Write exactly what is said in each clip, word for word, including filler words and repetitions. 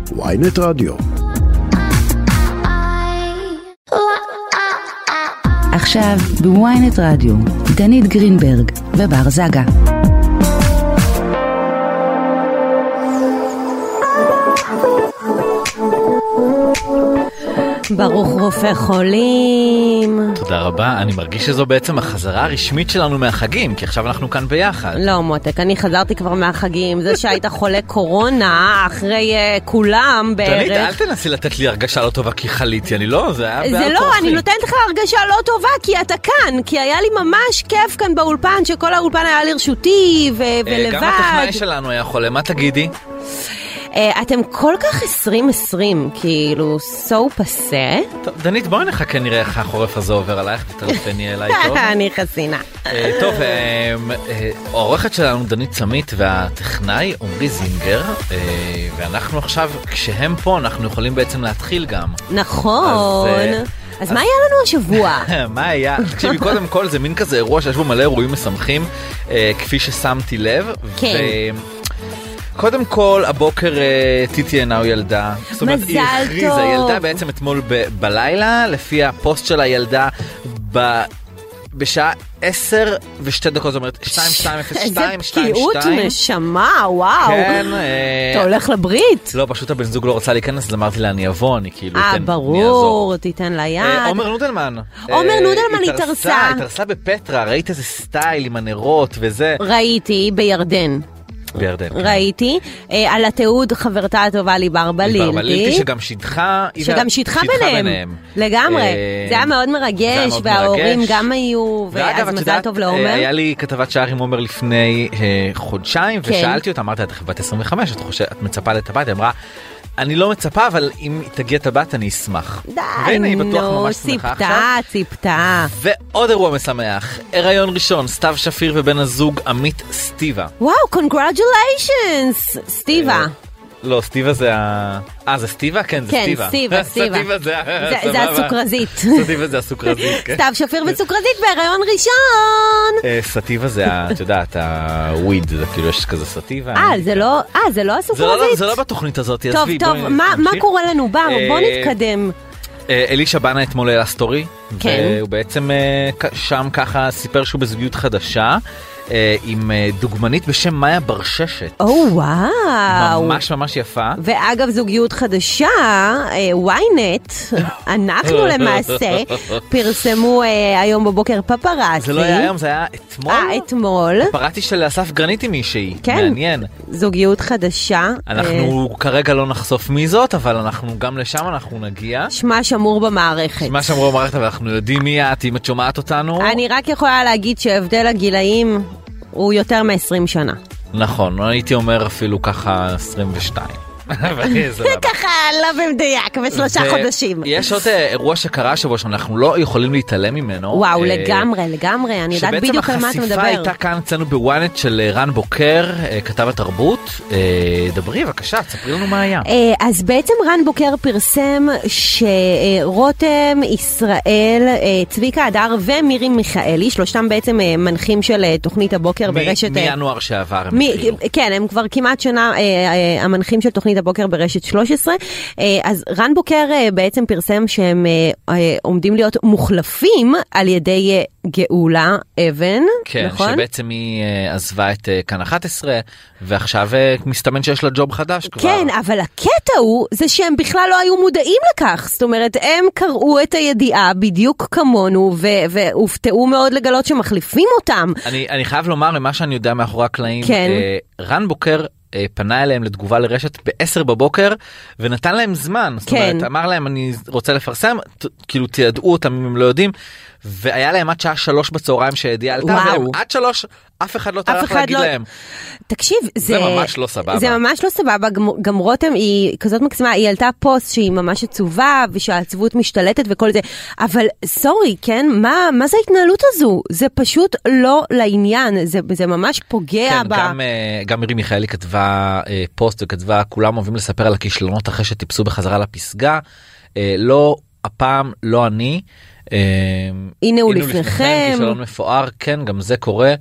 וויינט רדיו. עכשיו בוויינט רדיו, דנית גרינברג ובר זגה. ברוך רופא חולים. תודה רבה, אני מרגיש שזו בעצם החזרה הרשמית שלנו מהחגים, כי עכשיו אנחנו כאן ביחד. לא מותק, אני חזרתי כבר מהחגים. זה שהיית חולה קורונה אחרי uh, כולם בערך. דנית, אל תנסי לתת לי הרגשה לא טובה כי חליתי, אני לא, זה היה זה לא, כוחי. אני נותנת לך הרגשה לא טובה כי אתה כאן, כי היה לי ממש כיף כאן באולפן, שכל האולפן היה לרשותי ו- ולבד. גם הטכנאי שלנו היה חולה, מה תגידי? אתם כל כך עשרים עשרים, כאילו, סו פסה. טוב, דנית, בואי נחכה נראה איך החורף הזה עובר עלייך, תטלפני אליי טוב. אני חסינה. טוב, העורכת שלנו דנית צמית והטכנאי עומרי זינגר, ואנחנו עכשיו, כשהם פה, אנחנו יכולים בעצם להתחיל גם. נכון. אז מה היה לנו השבוע? מה היה? תקשיבי, קודם כל זה מין כזה אירוע שיש בו מלא אירועים משמחים, כפי ששמתי לב. כן. קודם כל, הבוקר טיטי עינאו ילדה. מזל טוב. היא הכריזה, ילדה בעצם אתמול ב- בלילה, לפי הפוסט של הילדה, ב- בשעה עשר ושתי דקות, זאת אומרת, שתיים שתיים אפס שתיים, שתיים שתיים. איזה פקיעות נשמה, וואו. כן. אתה הולך לברית? לא, פשוט הבן זוג לא רוצה להיכנס, אז אמרתי לה, אני אבוא, אני כאילו אה, ברור, תיתן לה יד. עומר נודלמן. עומר נודלמן התארסה. התארסה בפטרה, ראית איזה סטייל עם הנרות וזה? ראיתי, בירדן. בירדן. ראיתי, על התיעוד חברתה הטובה ליבר בלילתי. ליבר בלילתי שגם שידחה, שגם שידחה ביניהם. לגמרי. זה היה מאוד מרגש, וההורים גם היו, ואז מזל טוב לעומר. היה לי כתבת שער עם עומר לפני חודשיים, ושאלתי אותה, אמרתי, את בת עשרים וחמש, את מצפה לטבת? היא אמרה, אני לא מצפה, אבל אם תגיע טבת אני אשמח. די, נו, ציפתה, ציפתה. ועוד אירוע משמח, הריון ראשון, סתיו שפיר ובן הזוג עמית סטיבה. וואו, קונגרטוליישנס, סטיבה. לא, סטיבה זה ה... אה, זה סטיבה? כן, זה סטיבה. כן, סטיבה, סטיבה. סטיבה זה... זה הסוכרזית. סטיבה זה הסוכרזית, כן. סתיו שפיר וסוכרזית בהיריון ראשון. סטיבה זה, את יודעת, הוויד, זה כאילו יש כזה סטיבה. אה, זה לא, אה, זה לא הסוכרזית? זה לא בתוכנית הזאת, טוב, טוב, מה קורה לנו, בר? בוא נתקדם. אלישע בנה אתמול העלה סטורי, והוא בעצם שם ככה סיפר שהוא בזוגיות חדשה, עם דוגמנית בשם מאיה ברששת. או וואו. ממש ממש יפה. ואגב זוגיות חדשה, וויינט, אנחנו למעשה פרסמו היום בבוקר פפרצי. זה לא היה היום, זה היה אתמול. אה, אתמול. פפרצי של אסף גרניטי מישהי. כן. מעניין. זוגיות חדשה. אנחנו כרגע לא נחשוף מי זאת, אבל אנחנו גם לשם אנחנו נגיע. שמה שמור במערכת. שמה שמור במערכת, אבל אנחנו יודעים מי את, אם את שומעת אותנו. אני רק יכולה להגיד שהבדל הגילאים הוא יותר מ-עשרים שנה. נכון, הייתי אומר אפילו ככה עשרים ושתיים. ככה לא במדויק, בשלושה חודשים. יש עוד אירוע שקרה שבו שאנחנו לא יכולים להתעלם ממנו. וואו, לגמרי, לגמרי, אני יודעת בדיוק על מה אתה מדבר. שבעצם החשיפה הייתה כאן אצלנו בוויינט של רן בוקר, כתב התרבות. דברי, בבקשה, תספרי לנו מה היה. אז בעצם רן בוקר פרסם שרותם, ישראל, צביקה הדר ומירי מיכאלי, שלושתם בעצם מנחים של תוכנית הבוקר ברשת... מינואר שעבר. כן, הם כבר כמעט שנה המנחים של תוכנית הבוקר ברשת שלוש עשרה, אז רן בוקר בעצם פרסם שהם עומדים להיות מוחלפים על ידי גאולה אבן, כן, נכון? שבעצם היא עזבה את כאן אחת עשרה, ועכשיו מסתמן שיש לה ג'וב חדש כבר. כן, אבל הקטע הוא, זה שהם בכלל לא היו מודעים לכך, זאת אומרת, הם קראו את הידיעה בדיוק כמונו, והופתעו מאוד לגלות שמחליפים אותם. אני, אני חייב לומר, ממה שאני יודע מאחורי הקלעים, כן. רן בוקר, פנה אליהם לתגובה לרשת ב-עשר בבוקר ונתן להם זמן, זאת אומרת, אמר להם אני רוצה לפרסם, כאילו תיעדו אותם אם הם לא יודעים, והיה להם עד שעה שלוש בצהריים שהידיעה עלתה, ועד שלוש אף אחד לא טרח להגיד להם. תקשיב, זה ממש לא סבבה. זה ממש לא סבבה, גם רותם היא כזאת מקסימה, היא העלתה פוסט שהיא ממש עצובה, ושהעצבות משתלטת וכל זה, אבל סורי, כן, מה, מה זה ההתנהלות הזו? זה פשוט לא לעניין, זה, זה ממש פוגע כן, ב... גם, גם מירי מיכאלי כתבה פוסט וכתבה, כולם אוהבים לספר על הכישלונות אחרי שטיפסו בחזרה לפסגה, לא, הפעם לא אני, הנה הוא לפניכם, כישלון מפואר, כן, גם זה קורה,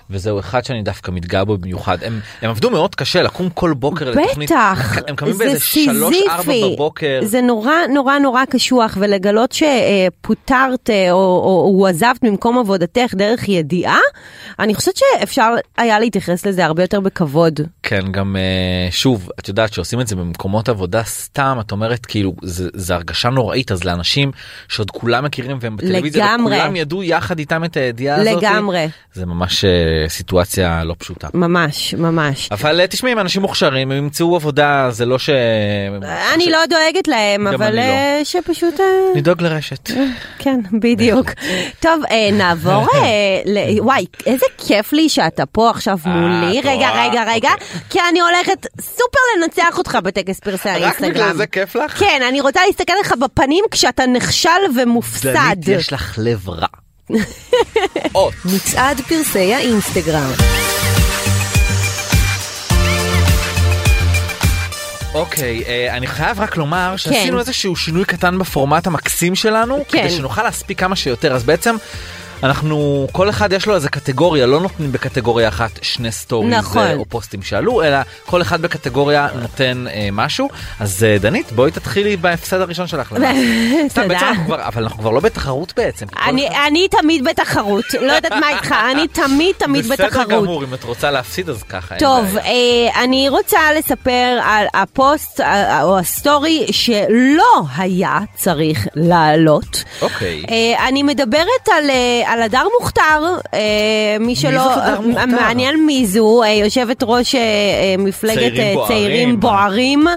וזהו אחד שאני דווקא מתגע בו במיוחד. הם, הם עבדו מאוד קשה לקום כל בוקר לתוכנית. בטח. הם קמים באיזה שלוש ארבע בבוקר. זה נורא נורא נורא קשוח, ולגלות שפוטרת או, או, או עזבת ממקום עבודתך דרך ידיעה, אני חושבת שאפשר היה להתייחס לזה הרבה יותר בכבוד. כן, גם שוב, את יודעת שעושים את זה במקומות עבודה סתם, את אומרת כאילו, זה, זה הרגשה נוראית, אז לאנשים שעוד כולם מכירים והם בטלוויזיה, וכולם ידעו יחד איתם את הידיעה הזאת. לגמרי. זה ממש סיטואציה לא פשוטה. ממש, ממש. אבל תשמעי, הם אנשים מוכשרים, הם ימצאו עבודה, זה לא ש... אני ש... לא דואגת להם, אבל לא. שפשוט... נדאוג לרשת. כן, בדיוק. טוב, נעבור... ל... וואי, איזה כיף לי שאתה פה עכשיו מולי. רגע, רגע, רגע, כי אני הולכת סופר לנצח אותך בטקס פרסי האינסטגרם. רק בגלל זה כיף לך? כן, אני רוצה להסתכל לך בפנים כשאתה נכשל ומופסד. דנית, יש לך לב רע. מצעד פרסי האינסטגרם. אוקיי, אני חייב רק לומר שעשינו איזשהו שינוי קטן בפורמט המקסים שלנו, כדי שנוכל להספיק כמה שיותר. אז בעצם אנחנו, כל אחד יש לו איזה קטגוריה, לא נותנים בקטגוריה אחת שני סטוריז נכון. או פוסטים שעלו, אלא כל אחד בקטגוריה נותן אה, משהו. אז אה, דנית, בואי תתחילי בהפסד הראשון שלך. סתם, בעצם אנחנו כבר, אבל אנחנו כבר לא בתחרות בעצם. אני, אחד... אני תמיד בתחרות, לא יודעת מה איתך, אני תמיד תמיד בתחרות. בסדר גמור, אם את רוצה להפסיד אז ככה. טוב, אה, אני רוצה לספר על הפוסט אה, או הסטורי שלא היה צריך לעלות. אוקיי. אה, אני מדברת על... אה, על הדר מוכתר, מי שלא מעניין מי זו, יושבת ראש מפלגת צעירים בוערים,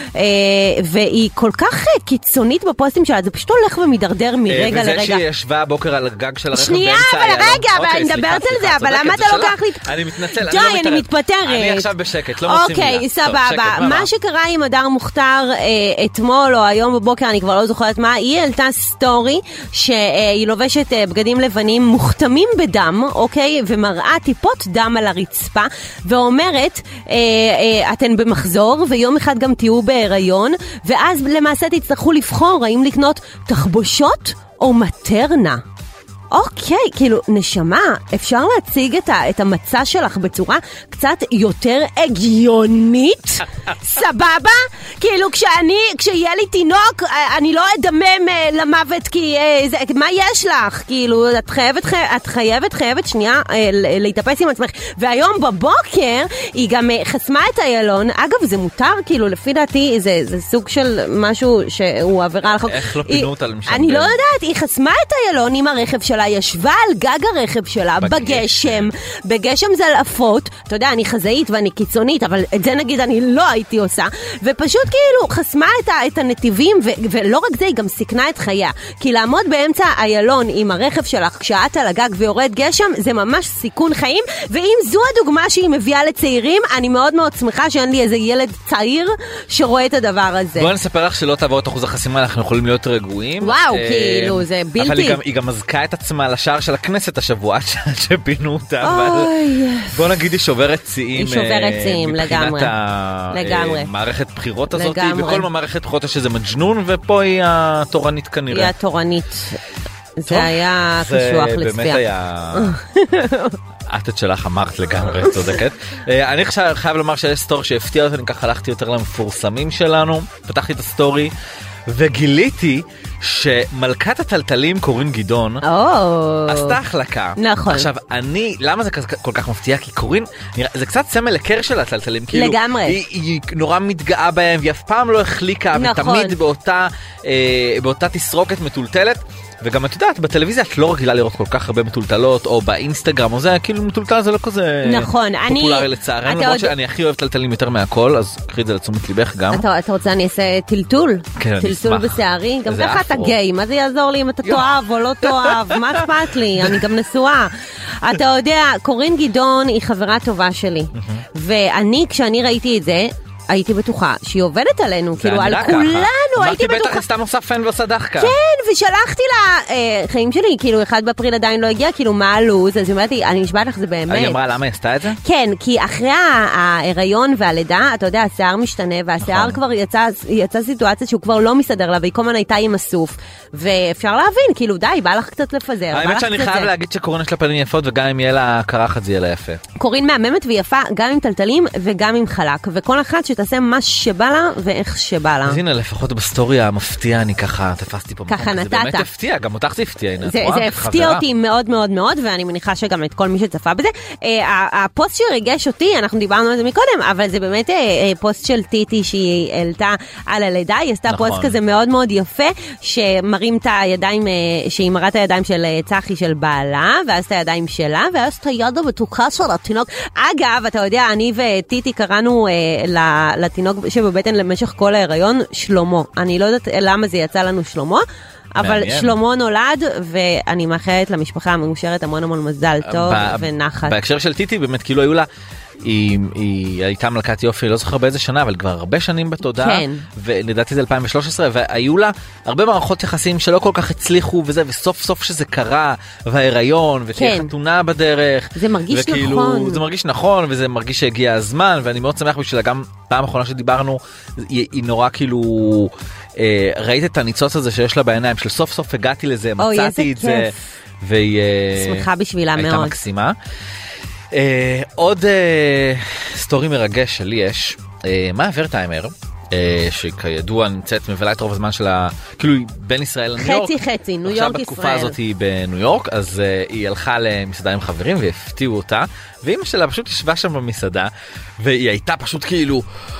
והיא כל כך קיצונית בפוסטים שלה, זה פשוט הולך ומדרדר מרגע לרגע. וזה שהיא ישבה הבוקר על הגג של הרכב שנייה, אבל רגע, אבל אני מדברת על זה, אבל למה אתה לוקח לי... אני מתנצל, די, אני מתפטרת. אני עכשיו בשקט, לא מוצאים מילה. אוקיי, סבבה. מה שקרה עם הדר מוכתר אתמול או היום בבוקר, אני כבר לא זוכרת מה, היא העלתה סטורי שהיא לובשת בגדים לבנים מוכתמים בדם, אוקיי? ומראה טיפות דם על הרצפה, ואומרת, אה, אה, אתן במחזור, ויום אחד גם תהיו בהיריון, ואז למעשה תצטרכו לבחור האם לקנות תחבושות או מטרנה. אוקיי, כאילו, נשמה, אפשר להציג את, ה, את המצע שלך בצורה קצת יותר הגיונית? סבבה? כאילו, כשאני, כשיהיה לי תינוק, אני לא אדמם למוות, כי זה, מה יש לך? כאילו, את חייבת, את חייבת, חייבת שנייה להתאפס עם עצמך. והיום בבוקר, היא גם חסמה את איילון. אגב, זה מותר, כאילו, לפי דעתי, זה, זה סוג של משהו שהוא עבירה על חוק. איך לא פינו אותה למשל? אני לא יודעת, היא חסמה את איילון עם הרכב שלה, ישבה על גג הרכב שלה, בגשם, בגשם זלעפות, אתה יודע, אני חזאית ואני קיצונית, אבל את זה נגיד אני לא הייתי עושה, ופשוט כאילו חסמה את, ה, את הנתיבים, ו, ולא רק זה, היא גם סיכנה את חייה, כי לעמוד באמצע איילון עם הרכב שלך, כשאת על הגג ויורד גשם, זה ממש סיכון חיים, ואם זו הדוגמה שהיא מביאה לצעירים, אני מאוד מאוד שמחה שאין לי איזה ילד צעיר שרואה את הדבר הזה. בואי נספר לך שלא תעבור את אחוז החסימה, אנחנו יכולים להיות רגועים. וואו, כאילו, זה בלתי. אבל היא גם, היא גם מזכה את עצמה לשער של הכנסת השבוע שפינו אותה, אבל בוא נגיד היא שוברת שיאים, היא שוברת שיאים לגמרי, לגמרי. המערכת בחירות הזאת, בכל מערכת בחירות יש איזה מג'נון, ופה היא התורנית כנראה. היא התורנית. זה היה קשוח לצפייה. זה באמת היה... את את שלך אמרת לגמרי, צודקת. אני חייב לומר שיש סטורי שהפתיע אותי, אני ככה הלכתי יותר למפורסמים שלנו, פתחתי את הסטורי, וגיליתי שמלכת הטלטלים קורין גדעון עשתה החלקה. נכון. עכשיו, אני, למה זה כל כך מפתיע? כי קורין, זה קצת סמל לקר של הטלטלים. לגמרי. היא, היא נורא מתגאה בהם, והיא אף פעם לא החליקה, נכון. ותמיד באותה, אה, באותה תסרוקת מטולטלת. וגם את יודעת, בטלוויזיה את לא רגילה לראות כל כך הרבה מטולטלות, או באינסטגרם, או זה, כאילו מטולטל זה לא כזה נכון, פופולרי אני, לצערנו, למרות עוד... שאני הכי אוהב טלטלים יותר מהכל, אז קחי את זה לתשומת ליבך גם. אתה, אתה רוצה אני אעשה טלטול? כן, טלטול בשערי? גם ככה אתה גיי, מה זה יעזור לי אם אתה תאהב או לא תאהב? מה אכפת לי? אני גם נשואה. אתה יודע, קורין גדעון היא חברה טובה שלי, ואני, כשאני ראיתי את זה, הייתי בטוחה שהיא עובדת עלינו, כאילו על כולנו, הייתי בטוחה. בטח סתם עושה פן ועושה דחקה. כן, ושלחתי לה, חיים שלי, כאילו אחד באפריל עדיין לא הגיע, כאילו מה הלוז, אז היא אומרת לי, אני נשבעת לך, זה באמת. היא אמרה למה היא עשתה את זה? כן, כי אחרי ההיריון והלידה, אתה יודע, השיער משתנה, והשיער כבר יצא סיטואציה שהוא כבר לא מסתדר לה, והיא כל הזמן הייתה עם הסוף, ואפשר להבין, כאילו די, בא לך קצת לפזר. האמת שאני חייב להגיד שקורין יש לה פנים יפות, וגם אם יהיה לה קרחת זה יהיה לה יפה. קורין מהממת ויפה, גם עם טלטלים וגם עם חלק, וכל אחת שתעשה מה שבא לה ואיך שבא לה. אז הנה, לפחות בסטורי המפתיע אני ככה תפסתי פה. ככה נתת. זה באמת הפתיע, גם אותך זה הפתיע. זה הפתיע אותי מאוד מאוד מאוד, ואני מניחה שגם את כל מי שצפה בזה. הפוסט שריגש אותי, אנחנו דיברנו על זה מקודם, אבל זה באמת פוסט של טיטי שהיא העלתה על הלידה, היא עשתה פוסט כזה מאוד מאוד יפה, שמרים את הידיים, שהיא מראה את הידיים של צחי של בעלה, ואז את הידיים שלה, ואז את היד הבתוקה של התינוק. אגב, אתה יודע, אני וטיטי קראנו לתינוק שבבטן למשך כל ההיריון שלמה. אני לא יודעת למה זה יצא לנו שלמה, אבל שלמה נולד, ואני מאחלת למשפחה המאושרת המון המון מזל טוב ונחת. בהקשר של טיטי, באמת כאילו היו לה, היא, היא הייתה מלכת יופי, לא זוכר באיזה שנה, אבל כבר הרבה שנים בתודעה, כן. ולדעתי זה אלפיים ושלוש עשרה, והיו לה הרבה מערכות יחסים שלא כל כך הצליחו וזה, וסוף סוף שזה קרה, וההיריון, ותהיה כן. חתונה בדרך. זה מרגיש וכאילו, נכון. זה מרגיש נכון, וזה מרגיש שהגיע הזמן, ואני מאוד שמח בשבילה, גם פעם האחרונה שדיברנו, היא, היא נורא כאילו, אה, ראית את הניצוץ הזה שיש לה בעיניים, של סוף סוף הגעתי לזה, אוי, מצאתי את זה, והיא שמחה בשבילה הייתה מאוד. מקסימה. Uh, עוד uh, סטורי מרגש שלי יש, uh, מה ורטהיימר, uh, שכידוע נמצאת מבלה את רוב הזמן שלה, כאילו היא בין ישראל לניו יורק. חצי חצי, ניו יורק ישראל. עכשיו בתקופה הזאת היא בניו יורק, אז uh, היא הלכה למסעדה עם חברים והפתיעו אותה, ואמא שלה פשוט ישבה שם במסעדה, והיא הייתה פשוט כאילו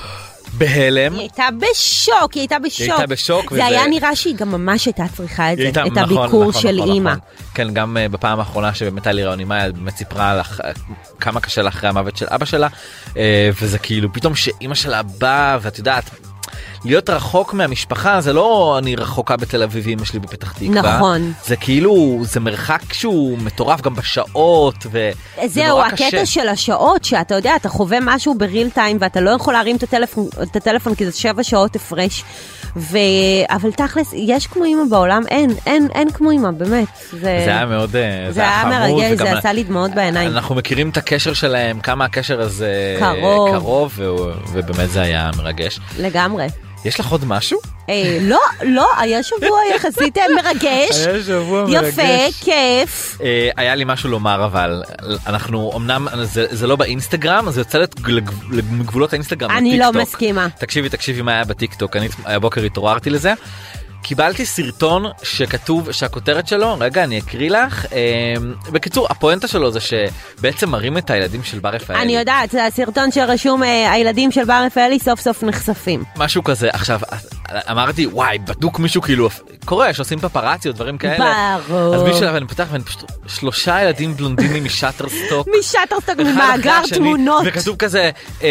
בהלם. היא הייתה בשוק, היא הייתה בשוק. היא הייתה בשוק. זה וזה... היה נראה שהיא גם ממש הייתה צריכה את זה, הייתה, את נכון, הביקור נכון, של נכון, אימא. נכון. כן, גם uh, בפעם האחרונה שבאמת היה לי רעיון אימא, באמת סיפרה לך uh, כמה קשה לה אחרי המוות של אבא שלה, uh, וזה כאילו פתאום שאימא שלה באה, ואת יודעת, להיות רחוק מהמשפחה, זה לא אני רחוקה בתל אביב ואמא שלי בפתח תקווה. נכון. זה כאילו, זה מרחק שהוא מטורף גם בשעות, וזה זהו, הקטע של השעות, שאתה יודע, אתה חווה משהו בריל טיים, ואתה לא יכול להרים את הטלפון, את הטלפון כי זה שבע שעות הפרש. ו... אבל תכלס, יש כמו אמא בעולם? אין, אין, אין כמו אמא, באמת. זה, זה היה מאוד, זה, זה היה מרגש, זה עשה לי דמעות בעיניים. אנחנו מכירים את הקשר שלהם, כמה הקשר הזה קרוב, קרוב ו... ובאמת זה היה מרגש. לגמרי. יש לך עוד משהו? אה, לא, לא, היה שבוע יחסית מרגש. היה שבוע מרגש. יפה, כיף. אה, היה לי משהו לומר, אבל אנחנו, אמנם, זה, זה לא באינסטגרם, זה יוצא לגבולות האינסטגרם. אני לא מסכימה. תקשיבי, תקשיבי מה היה בטיקטוק. אני הבוקר התעוררתי לזה. קיבלתי סרטון שכתוב, שהכותרת שלו, רגע אני אקריא לך, אה, בקיצור, הפואנטה שלו זה שבעצם מראים את הילדים של בר רפאלי. אני יודעת, זה הסרטון שרשום, אה, הילדים של בר רפאלי סוף סוף נחשפים. משהו כזה, עכשיו, אמרתי, וואי, בדוק מישהו כאילו, קורה, שעושים פפרציות, דברים כאלה. ברור. אז מישהו, ואני פותח, ואני פשוט, שלושה ילדים בלונדינים משאטרסטוק. משאטרסטוק, ממאגר תמונות. וכתוב כזה,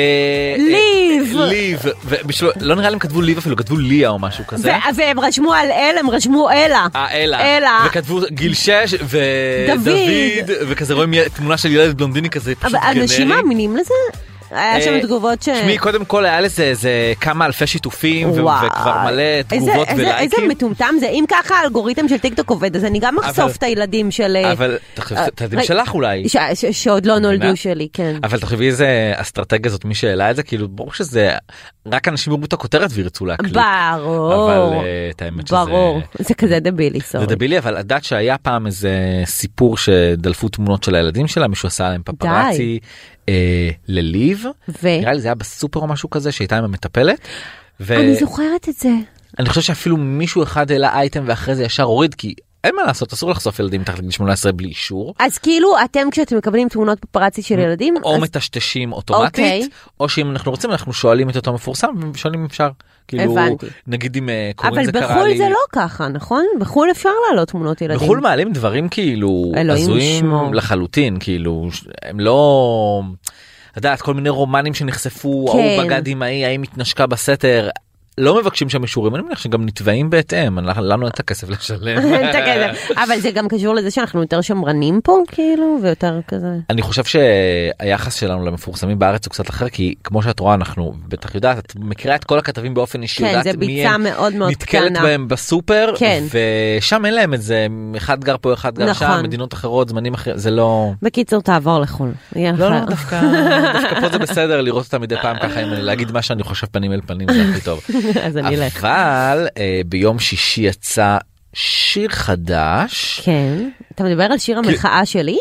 ליב. ליב. לא נראה לי הם כתבו ליב אפילו, כתבו ליה או משהו כזה. והם רשמו על אל, הם רשמו אלה. אה, אלה. אלה. וכתבו גיל שש ודוד, וכזה רואים תמונה של ילד בלונדיני כזה פשוט גנרי. אנשים מאמינים לזה? היה שם תגובות ש... שמי, קודם כל היה לזה כמה אלפי שיתופים, וכבר מלא תגובות ולייקים. איזה מטומטם זה, אם ככה האלגוריתם של טיקטוק עובד, אז אני גם אחשוף את הילדים של... אבל את הילדים שלך אולי. שעוד לא נולדו שלי, כן. אבל תחשבי איזה אסטרטגיה זאת, מי שאלה את זה, כאילו ברור שזה, רק אנשים יראו את הכותרת וירצו להקליק. ברור. אבל את האמת שזה... ברור, זה כזה דבילי, סורי. זה דבילי, אבל לדעת שהיה פעם איזה סיפור שדלפו תמונות של הילדים שלה, מישהו עשה להם פפרצי. אה, לליב, ו... נראה לי זה היה בסופר או משהו כזה שהייתה עם המטפלת. ו... אני זוכרת את זה. אני חושב שאפילו מישהו אחד העלה אייטם ואחרי זה ישר הוריד, כי אין מה לעשות, אסור לחשוף ילדים מתחת לגיל שמונה עשרה בלי אישור. אז כאילו אתם כשאתם מקבלים תמונות פפרצי של ילדים, או אז... מטשטשים אוטומטית, okay. או שאם אנחנו רוצים אנחנו שואלים את אותו מפורסם ושואלים אם אפשר. כאילו, הבנתי. נגיד אם קוראים זה קרה לי... אבל בחול זה לא ככה, נכון? בחול אפשר לעלות תמונות ילדים. בחול מעלים דברים כאילו הזויים לחלוטין, כאילו הם לא... אתה יודעת, כל מיני רומנים שנחשפו, ההוא בגד עם ההיא, ההיא מתנשקה בסתר, לא מבקשים שם אישורים, אני מניח שגם נתבעים בהתאם, לנו את הכסף לשלם. אבל זה גם קשור לזה שאנחנו יותר שמרנים פה, כאילו, ויותר כזה. אני חושב שהיחס שלנו למפורסמים בארץ הוא קצת אחר, כי כמו שאת רואה, אנחנו בטח יודעת, את מכירה את כל הכתבים באופן אישי, יודעת מי הם, נתקלת בהם בסופר, ושם אין להם את זה, אחד גר פה, אחד גר שם, מדינות אחרות, זמנים אחרים, זה לא... בקיצור, תעבור לחול. לא, לא, דווקא פה זה בסדר לראות אותה מדי פעם ככה, להגיד מה שאני חושב פנים אל פנים, זה הכי טוב. אז אני אלך. אבל ביום שישי יצא שיר חדש. כן. אתה מדבר על שיר המחאה שלי?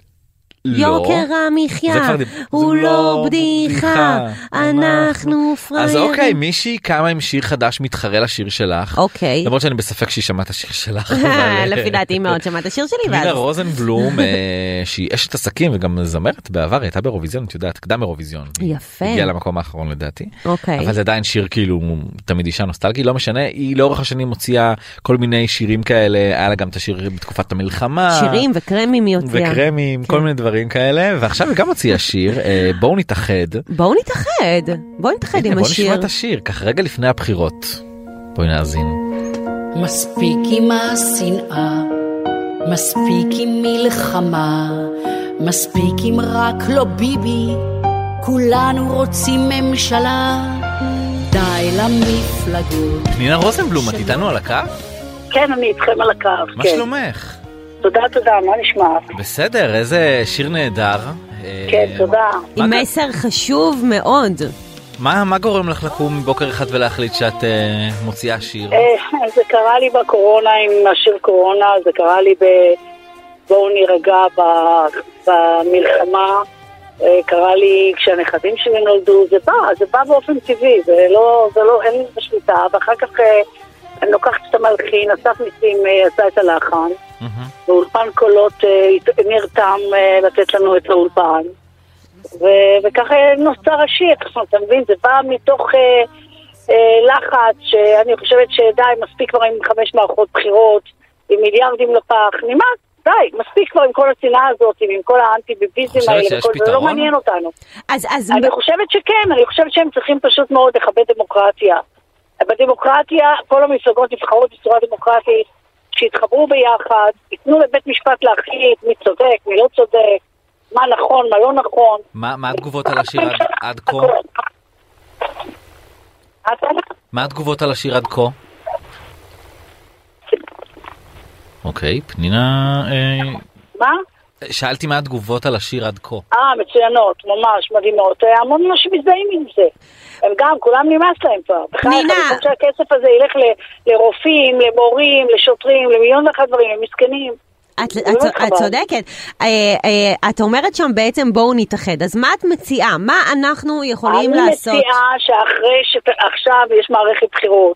יוקר המחיה, הוא לא בדיחה, אנחנו פריירים. אז אוקיי, מישהי קמה עם שיר חדש מתחרה לשיר שלך. אוקיי. למרות שאני בספק שהיא שמעה את השיר שלך. לפי דעתי מאוד שמעה את השיר שלי. פנינה רוזנבלום, שהיא אשת עסקים וגם זמרת בעבר, היא הייתה באירוויזיון, את יודעת, קדם אירוויזיון. יפה. הגיעה למקום האחרון לדעתי. אוקיי. אבל זה עדיין שיר כאילו תמיד אישה נוסטלגי, לא משנה, היא לאורך השנים הוציאה כל מיני שירים כאלה, היה לה גם את השיר בתקופת המלחמה. שירים וקרמים היא הוציאה. וקרמים, כל מיני דברים כאלה, ועכשיו היא גם הוציאה שיר, בואו נתאחד. בואו נתאחד, בואו נתאחד עם השיר. בואו נשמע את השיר, כך רגע לפני הבחירות. בואי נאזין. מספיק עם השנאה, מספיק עם מלחמה, מספיק עם רק לא ביבי, כולנו רוצים ממשלה, די למפלגות. פנינה רוזנבלום, את איתנו על הקו? כן, אני איתכם על הקו. מה שלומך? תודה, תודה, מה נשמע? בסדר, איזה שיר נהדר. כן, תודה. עם מסר חשוב מאוד. מה, מה גורם לך לקום בוקר אחד ולהחליט שאת מוציאה שיר? זה קרה לי בקורונה עם השיר קורונה, זה קרה לי בואו נרגע במלחמה, קרה לי כשהנכדים שלי נולדו, זה בא, זה בא באופן טבעי, זה לא, זה לא, אין לי בשליטה, ואחר כך אני לוקחת את המלחין, אסף ניסים עשה את הלחן, ואולפן קולות נרתם לתת לנו את האולפן, וככה נוצר השיר, אתה מבין, זה בא מתוך לחץ, שאני חושבת שדי, מספיק כבר עם חמש מערכות בחירות, עם מיליארדים לפח, נמאס, די, מספיק כבר עם כל הצנעה הזאת, עם כל האנטי-ביביזם האלה, זה לא מעניין אותנו. אני חושבת שכן, אני חושבת שהם צריכים פשוט מאוד לכבד דמוקרטיה. בדמוקרטיה, כל המפלגות נבחרות בצורה דמוקרטית, שיתחברו ביחד, ייתנו לבית משפט להחליט מי צודק, מי לא צודק, מה נכון, מה לא נכון. מה התגובות על השיר עד כה? מה התגובות על השיר עד כה? אוקיי, פנינה... מה? שאלתי מה התגובות על השיר עד כה. אה, מצוינות, ממש מדהימות. המון אנשים מזדהים עם זה. הם גם, כולם נמאס להם כבר. פנינה! אני חושב שהכסף הזה ילך לרופאים, למורים, לשוטרים, למיליון ואחד דברים, הם מסכנים. את צודקת. את אומרת שם בעצם בואו נתאחד. אז מה את מציעה? מה אנחנו יכולים לעשות? אני מציעה שאחרי שעכשיו יש מערכת בחירות,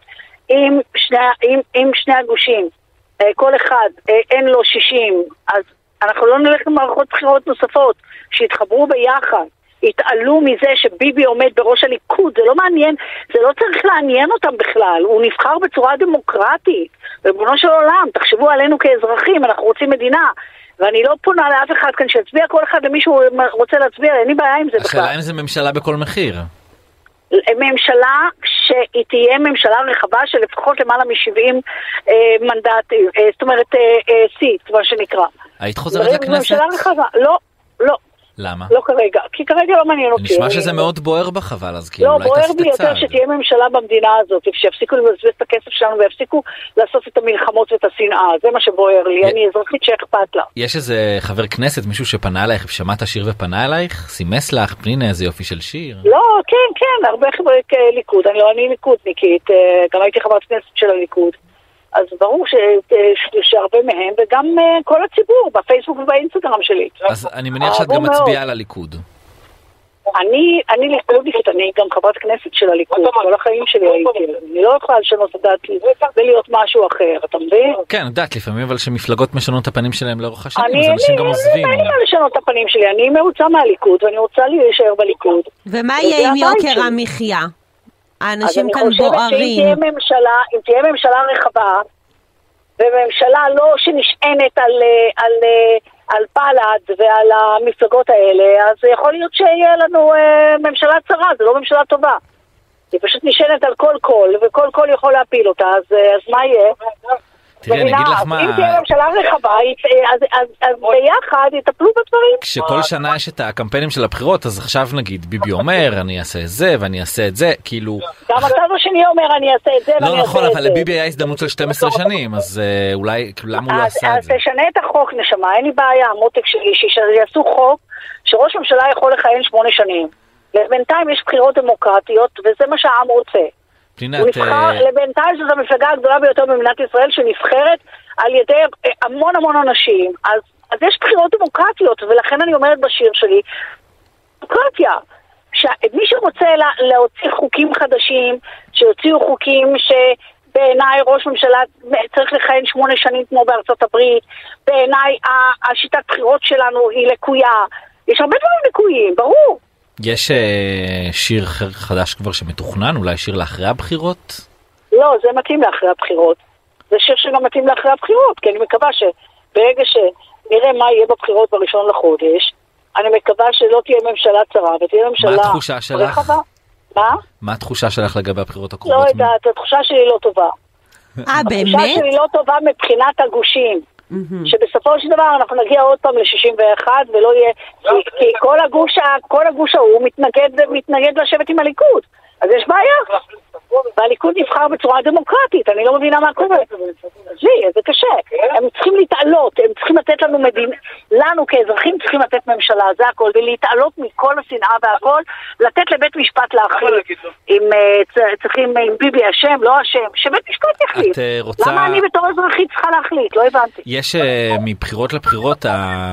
עם שני הגושים, כל אחד אין לו שישים, אז אנחנו לא נלך למערכות בחירות נוספות, שיתחברו ביחד, יתעלו מזה שביבי עומד בראש הליכוד, זה לא מעניין, זה לא צריך לעניין אותם בכלל, הוא נבחר בצורה דמוקרטית, ריבונו של עולם, תחשבו עלינו כאזרחים, אנחנו רוצים מדינה, ואני לא פונה לאף אחד כאן שיצביע כל אחד למישהו רוצה להצביע, אין לי בעיה עם זה בכלל. השאלה אם זה ממשלה בכל מחיר. ממשלה שהיא תהיה ממשלה רחבה של לפחות למעלה מ-שבעים אה, מנדטים, אה, זאת אומרת אה, אה, סיט, מה שנקרא. היית חוזרת לכנסת? ממשלה רחבה, לא, לא. למה? לא כרגע, כי כרגע לא מעניין אותי. נשמע שזה מאוד בוער בך, אבל אז כאילו אולי תעשי את הצעד. לא, בוער בי יותר שתהיה ממשלה במדינה הזאת, שיפסיקו לבזבז את הכסף שלנו ויפסיקו לעשות את המלחמות ואת השנאה, זה מה שבוער לי, אני אזרחית שאכפת לה. יש איזה חבר כנסת, מישהו שפנה אלייך, שמע את השיר ופנה אלייך? סימס לך, פנינה, איזה יופי של שיר? לא, כן, כן, הרבה חברי ליכוד, אני לא, אני ליכודניקית, גם הייתי חברת כנסת של הליכוד. אז ברור ש, ש, שהרבה מהם, וגם uh, כל הציבור, בפייסבוק ובאינסטגרם שלי. אז אני מניח שאת גם מצביעה על הליכוד. אני, אני ליכודית, אני גם חברת כנסת של הליכוד, כל החיים שלי הייתי. אני לא יכולה לשנות את דעתי, ולהיות משהו אחר, אתה מבין? כן, יודעת, לפעמים אבל שמפלגות משנות את הפנים שלהם לאורך השנים, אז אנשים גם עוזבים. אני לא לשנות את הפנים שלי, אני מרוצה מהליכוד, ואני רוצה להישאר בליכוד. ומה יהיה עם יוקר המחיה? האנשים כאן בוערים. אם תהיה ממשלה רחבה, וממשלה לא שנשענת על, על, על פלד ועל המפלגות האלה, אז יכול להיות שיהיה לנו ממשלה צרה, זה לא ממשלה טובה. היא פשוט נשענת על כל קול, וכל קול יכול להפיל אותה, אז, אז מה יהיה? תראי, אני אגיד לך מה... אם תהיה ממשלה רחבה, אז, אז, אז ביחד יטפלו בדברים. כשכל שנה יש את הקמפיינים של הבחירות, אז עכשיו נגיד, ביבי אומר, אני אעשה את זה, ואני אעשה את זה, כאילו... גם הצד השני אומר, אני אעשה את זה, ואני אעשה את זה. לא נכון, אבל לביבי היה הזדמנות של שתים עשרה שנים, אז אולי, למה הוא לא עשה את זה? אז תשנה את החוק, נשמה, אין לי בעיה, המותק שלי, שיעשו חוק שראש ממשלה יכול לכהן שמונה שנים. לבינתיים יש בחירות דמוקרטיות, וזה מה שהעם רוצה. הוא נבחר, לבינתיים זאת המפלגה הגדולה ביותר במדינת ישראל, שנבחרת על ידי המון המון אנשים. אז, אז יש בחירות דמוקרטיות, ולכן אני אומרת בשיר שלי, דמוקרטיה. שמי שרוצה לה, להוציא חוקים חדשים, שיוציאו חוקים שבעיניי ראש ממשלה צריך לכהן שמונה שנים כמו בארצות הברית, בעיניי השיטת בחירות שלנו היא לקויה. יש הרבה דברים לקויים, ברור. יש uh, שיר חדש כבר שמתוכנן, אולי שיר לאחרי הבחירות? לא, זה מתאים לאחרי הבחירות. זה שיר שגם מתאים לאחרי הבחירות, כי אני מקווה שברגע שנראה מה יהיה בבחירות בראשון לחודש, אני מקווה שלא תהיה ממשלה צרה, ותהיה ממשלה... מה התחושה שלך? רחבה. מה? מה התחושה שלך לגבי הבחירות הקרובות? לא יודעת, התחושה שלי לא טובה. אה, באמת? התחושה שלי לא טובה מבחינת הגושים. שבסופו של דבר אנחנו נגיע עוד פעם ל-שישים ואחת ולא יהיה, כי כל הגוש, כל הגוש ההוא מתנגד, מתנגד לשבת עם הליכוד, אז יש בעיה. והליכוד נבחר בצורה דמוקרטית, אני לא מבינה מה קורה. זה, זה קשה. הם צריכים להתעלות, הם צריכים לתת לנו מדינה, לנו כאזרחים צריכים לתת ממשלה, זה הכל, ולהתעלות מכל השנאה והכל, לתת לבית משפט להחליט. אם צריכים, אם ביבי אשם, לא אשם, שבית משפט יחליט. רוצה... למה אני בתור אזרחית צריכה להחליט? לא הבנתי. יש מבחירות לבחירות,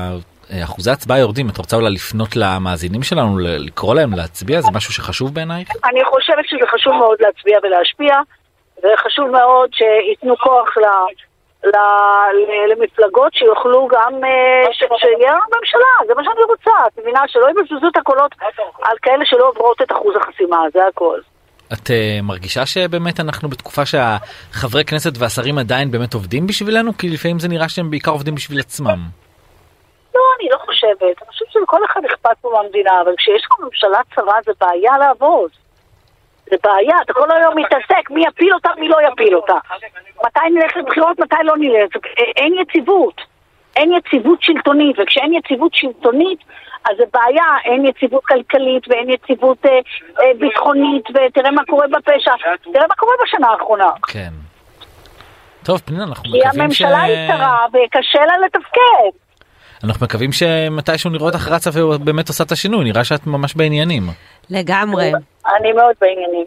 אחוזי הצבעה יורדים, את רוצה אולי לפנות למאזינים שלנו, לקרוא להם להצביע? זה משהו שחשוב בעינייך? אני חושבת שזה חשוב מאוד להצביע ולהשפיע, וחשוב מאוד שיתנו כוח ל, ל, למפלגות שיוכלו גם, שיהיה בממשלה, זה מה שאני רוצה, את מבינה שלא יבזבזו את הקולות על כאלה שלא עוברות את אחוז החסימה, זה הכל. את uh, מרגישה שבאמת אנחנו בתקופה שהחברי כנסת והשרים עדיין באמת עובדים בשבילנו? כי לפעמים זה נראה שהם בעיקר עובדים בשביל עצמם. לא, אני לא חושבת. אני חושבת שלכל אחד אכפת פה מהמדינה, אבל כשיש לך ממשלה צרה זה בעיה לעבוד. זה בעיה, אתה כל היום מתעסק, מי יפיל אותה, מי לא יפיל אותה. מתי נלך לבחירות, מתי לא נלך. אין יציבות. אין יציבות שלטונית, וכשאין יציבות שלטונית, אז זה בעיה, אין יציבות כלכלית ואין יציבות אה, אה, ביטחונית, ותראה מה קורה בפשע. תראה מה קורה בשנה האחרונה. כן. טוב, פנינה, אנחנו מקווים ש... כי הממשלה היא צרה וקשה לה לתפקד. אנחנו מקווים שמתישהו נראה אותך רצה ובאמת עושה את השינוי, נראה שאת ממש בעניינים. לגמרי. אני מאוד בעניינים.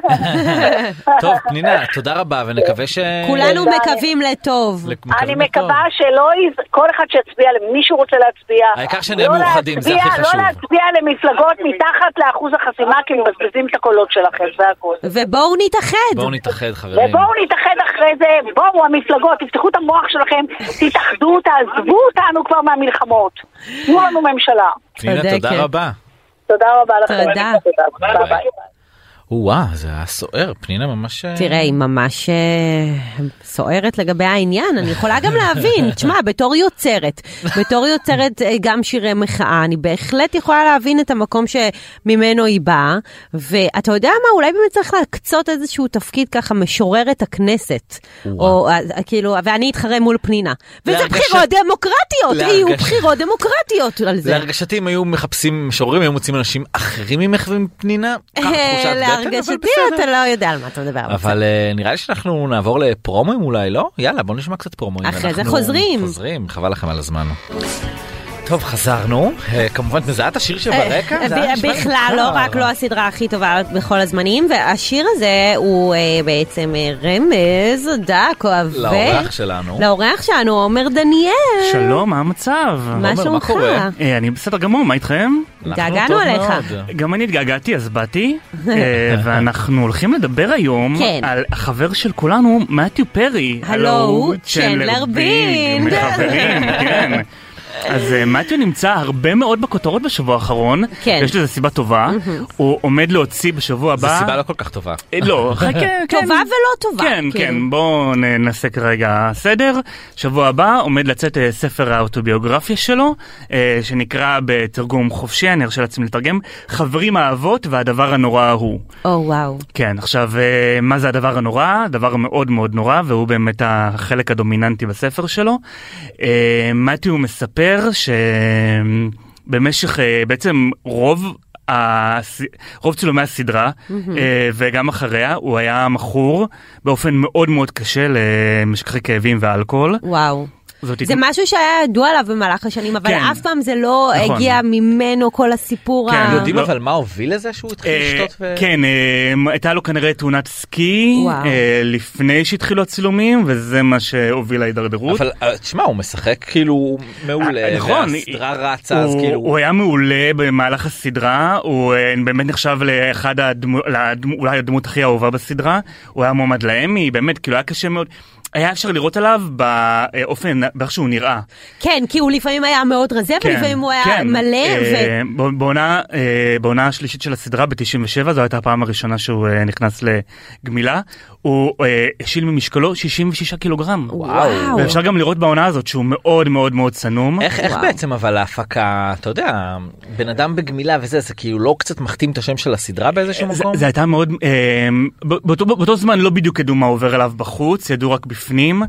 טוב, פנינה, תודה רבה, ונקווה ש... כולנו מקווים לטוב. אני מקווה שלא, כל אחד שיצביע למי שהוא רוצה להצביע. העיקר שנהיה מאוחדים, זה הכי חשוב. לא להצביע למפלגות מתחת לאחוז החסימה, כי מבזבזים את הקולות שלכם, זה הכל. ובואו נתאחד. בואו נתאחד, חברים. ובואו נתאחד אחרי זה, בואו המפלגות, תפתחו את המוח שלכם, תתאחדו, תעזבו אותנו כבר מהמלחמות. תנו לנו ממשלה. פנינה, תודה רבה. תודה רבה לכם. תודה. ביי ביי. וואה, זה היה סוער, פנינה ממש... תראה, היא ממש סוערת לגבי העניין, אני יכולה גם להבין, תשמע, בתור יוצרת, בתור יוצרת גם שירי מחאה, אני בהחלט יכולה להבין את המקום שממנו היא באה, ואתה יודע מה, אולי באמת צריך להקצות איזשהו תפקיד ככה, משוררת הכנסת, או כאילו, ואני אתחרה מול פנינה, וזה בחירות דמוקרטיות, יהיו בחירות דמוקרטיות על זה. להרגשתי אם היו מחפשים משוררים, היו מוצאים אנשים אחרים ממך ומפנינה, ככה תחושת בטן. הרגשתי, אתה לא יודע על מה אתה מדבר. אבל נראה לי שאנחנו נעבור לפרומואים אולי, לא? יאללה, בוא נשמע קצת פרומואים. אחרי זה חוזרים. חוזרים, חבל לכם על הזמן. טוב, חזרנו. כמובן, מזהה את השיר שברקע? בכלל, לא רק לא הסדרה הכי טובה בכל הזמנים, והשיר הזה הוא בעצם רמז דק, אוהב. לאורח שלנו. לאורח שלנו, עומר דניאל. שלום, מה המצב? מה שלומך? אני בסדר גמור, מה איתכם? התגעגענו עליך. גם אני התגעגעתי, אז באתי, ואנחנו הולכים לדבר היום על החבר של כולנו, מתיו פרי. הלו, צ'נדלר בינג. מחברים, כן. אז מתיו נמצא הרבה מאוד בכותרות בשבוע האחרון, יש לזה סיבה טובה, הוא עומד להוציא בשבוע הבא... זו סיבה לא כל כך טובה. לא, טובה ולא טובה. כן, כן, בואו ננסה כרגע סדר. שבוע הבא עומד לצאת ספר האוטוביוגרפיה שלו, שנקרא בתרגום חופשי, אני ארשה לעצמי לתרגם, חברים האהבות והדבר הנורא ההוא. או וואו. כן, עכשיו, מה זה הדבר הנורא? דבר מאוד מאוד נורא, והוא באמת החלק הדומיננטי בספר שלו. מתיו מספר שבמשך בעצם רוב רוב צילומי הסדרה וגם אחריה הוא היה מכור באופן מאוד מאוד קשה למשככי כאבים ואלכוהול. וואו. זה משהו שהיה ידוע עליו במהלך השנים, אבל אף פעם זה לא הגיע ממנו כל הסיפור. יודעים אבל מה הוביל לזה שהוא התחיל לשתות? כן, הייתה לו כנראה תאונת סקי לפני שהתחילו הצילומים, וזה מה שהוביל להידרדרות. אבל תשמע, הוא משחק כאילו מעולה, והסדרה רצה, אז כאילו... הוא היה מעולה במהלך הסדרה, הוא באמת נחשב לאחד אולי הדמות הכי אהובה בסדרה, הוא היה מועמד לאמי, באמת, כאילו היה קשה מאוד. היה אפשר לראות עליו באופן, באיך שהוא נראה. כן, כי הוא לפעמים היה מאוד רזה, כן, ולפעמים הוא היה כן. מלא. אה, ו... בעונה, אה, בעונה השלישית של הסדרה, ב-תשעים ושבע, זו הייתה הפעם הראשונה שהוא אה, נכנס לגמילה, הוא אה, השיל ממשקלו שישים ושישה קילוגרם. וואו. ואפשר גם לראות בעונה הזאת שהוא מאוד מאוד מאוד צנום. איך, איך בעצם אבל ההפקה, אתה יודע, בן אדם בגמילה וזה, זה כאילו לא קצת מחתים את השם של הסדרה באיזשהו מקום? זה, זה הייתה מאוד, אה, באותו, באותו זמן לא בדיוק ידעו מה עובר אליו בחוץ, ידעו רק בפנים.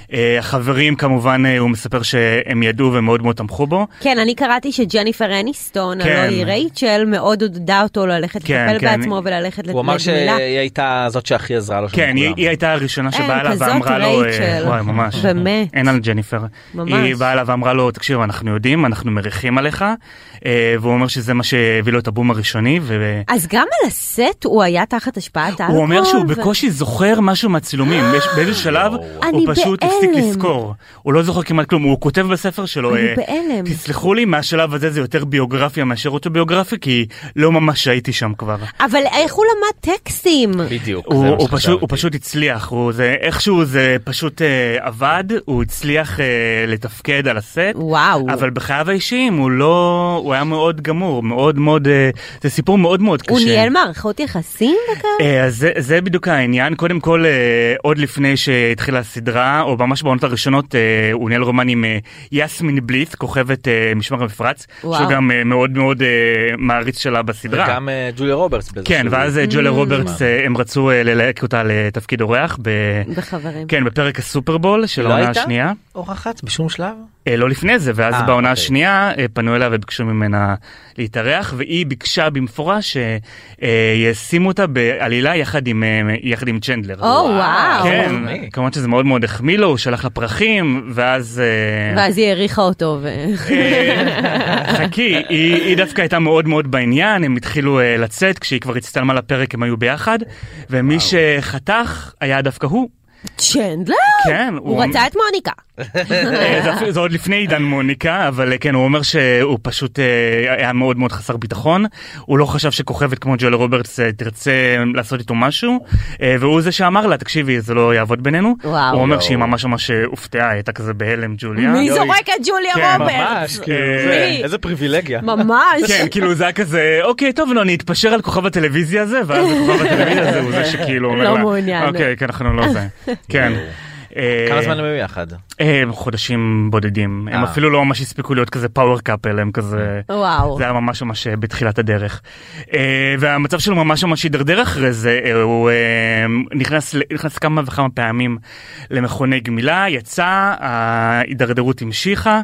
החברים כמובן, הוא מספר שהם ידעו ומאוד מאוד תמכו בו. כן, אני קראתי שג'ניפר אניסטון, הלוא היא רייצ'ל, מאוד עודדה אותו ללכת לטפל בעצמו וללכת לגמילה. הוא אמר שהיא הייתה זאת שהכי עזרה לו. כן, היא הייתה הראשונה שבאה אליו ואמרה לו, וואי, ממש, באמת. אין על ג'ניפר. היא באה אליו ואמרה לו, תקשיב, אנחנו יודעים, אנחנו מריחים עליך, והוא אומר שזה מה שהביא לו את הבום הראשוני. אז גם על הסט הוא היה תחת השפעת אלכוהול? הוא אומר שהוא בקושי זוכר משהו מהצילומים, באיזה שלב הוא פשוט הפסיק לזכור. הוא לא זוכר כמעט כלום, הוא כותב בספר שלו, אני בהלם. תסלחו לי, מהשלב הזה זה יותר ביוגרפיה מאשר אוטוביוגרפיה, כי לא ממש הייתי שם כבר. אבל איך הוא למד טקסטים? בדיוק. הוא, הוא, פשוט, הוא פשוט הצליח, הוא, זה, איכשהו זה פשוט אה, עבד, הוא הצליח אה, לתפקד על הסט, וואו. אבל בחייו האישיים הוא לא, הוא היה מאוד גמור, מאוד מאוד, אה, זה סיפור מאוד מאוד קשה. הוא ניהל מערכות יחסים בכך? אה, אז זה, זה בדיוק העניין, קודם כל, אה, עוד לפני שהתחילה הסדרה, או ממש בעונות הראשונות, אה, הוא ניהל רומן עם אה, יסמין בליץ, כוכבת אה, משמר המפרץ, וואו. שהוא גם אה, מאוד מאוד אה, מעריץ שלה בסדרה. וגם אה, ג'וליה רוברטס. כן, ואז אה, ג'וליה רוברטס, אה, הם רצו אה, ללהק אותה לתפקיד אורח. ב... בחברים. כן, בפרק הסופרבול של העונה השנייה. לא הייתה אורחת בשום שלב? אה, לא לפני זה, ואז 아, בעונה אוקיי. השנייה אה, פנו אליה וביקשו ממנה להתארח, והיא ביקשה במפורש שישימו אותה בעלילה יחד עם, יחד עם צ'נדלר. או וואו. כן, כמובן שזה מאוד מאוד החמיא לו, הוא שלח לה פרחים, ואז... ואז היא העריכה אותו. ו... חכי, היא, היא דווקא הייתה מאוד מאוד בעניין, הם התחילו לצאת, כשהיא כבר הצטלמה לפרק הם היו ביחד, ומי שחתך היה דווקא הוא. צ'נדלר? כן. הוא רצה את מוניקה. זה עוד לפני עידן מוניקה, אבל כן, הוא אומר שהוא פשוט היה מאוד מאוד חסר ביטחון, הוא לא חשב שכוכבת כמו ג'וליה רוברטס תרצה לעשות איתו משהו, והוא זה שאמר לה, תקשיבי, זה לא יעבוד בינינו. הוא אומר שהיא ממש ממש הופתעה, הייתה כזה בהלם ג'וליה. מי זורק את ג'וליה רוברטס? איזה פריבילגיה. ממש. כן, כאילו זה היה כזה, אוקיי, טוב, לא, אני אתפשר על כוכב הטלוויזיה הזה, ואז כוכב הטלוויזיה הזה הוא זה שכאילו אומר לה, לא מעוניין. אוקיי, כן, אנחנו לא זה. כן. כמה זמן הם היו יחד? חודשים בודדים. הם אפילו לא ממש הספיקו להיות כזה פאוור קאפל, הם כזה... וואו. זה היה ממש ממש בתחילת הדרך. והמצב שלו ממש ממש הידרדר אחרי זה, הוא נכנס כמה וכמה פעמים למכוני גמילה, יצא, ההידרדרות המשיכה,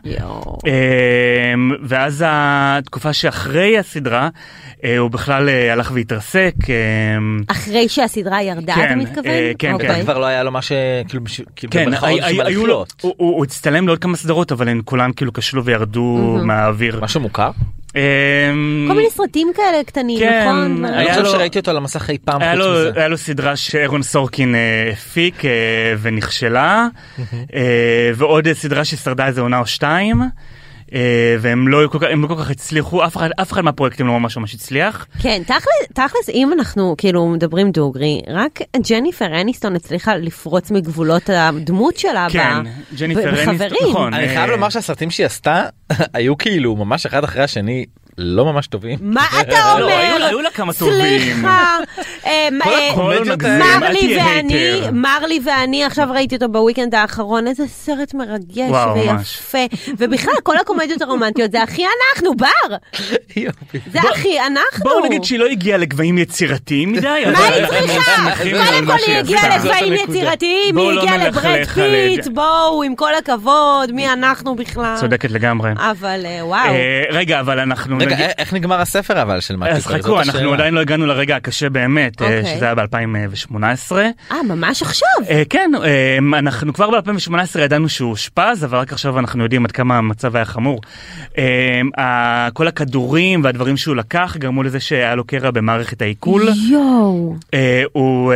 ואז התקופה שאחרי הסדרה, הוא בכלל הלך והתרסק. אחרי שהסדרה ירדה, אתה מתכוון? כן, כן. כבר לא היה לו מה ש... כן, הוא הצטלם לעוד כמה סדרות, אבל הן כולן כאילו כשלו וירדו מהאוויר. משהו מוכר? כל מיני סרטים כאלה קטנים, נכון? אני חושב שראיתי אותו על המסך אי פעם חוץ מזה. היה לו סדרה שאירון סורקין הפיק ונכשלה, ועוד סדרה ששרדה איזה עונה או שתיים. והם לא כל כך, הם לא כל כך הצליחו, אף אחד, אף אחד מהפרויקטים לא ממש ממש הצליח. כן, תכלס, תכלס, אם אנחנו כאילו מדברים דוגרי, רק ג'ניפר אניסטון הצליחה לפרוץ מגבולות הדמות שלה כן, ג'ניפר אניסטון, נכון. אני חייב לומר שהסרטים שהיא עשתה, היו כאילו ממש אחד אחרי השני, לא ממש טובים. מה אתה אומר? היו לה כמה טובים. סליחה. מרלי ואני, מרלי ואני, עכשיו ראיתי אותו בוויקנד האחרון, איזה סרט מרגש ויפה. ובכלל, כל הקומדיות הרומנטיות, זה הכי אנחנו, בר. זה הכי אנחנו. בואו נגיד שהיא לא הגיעה לגבהים יצירתיים מדי. מה היא צריכה? קודם כל היא הגיעה לגבהים יצירתיים, היא הגיעה לברד פיט, בואו, עם כל הכבוד, מי אנחנו בכלל. צודקת לגמרי. אבל וואו. רגע, אבל אנחנו... רגע, איך נגמר הספר אבל של מתי? אז חכו, אנחנו עדיין לא הגענו לרגע הקשה באמת, שזה היה ב-אלפיים שמונה עשרה. אה, ממש עכשיו? כן, אנחנו כבר ב-אלפיים שמונה עשרה ידענו שהוא אושפז, אבל רק עכשיו אנחנו יודעים עד כמה המצב היה חמור. כל הכדורים והדברים שהוא לקח גרמו לזה שהיה לו קרע במערכת העיכול. יואו. הוא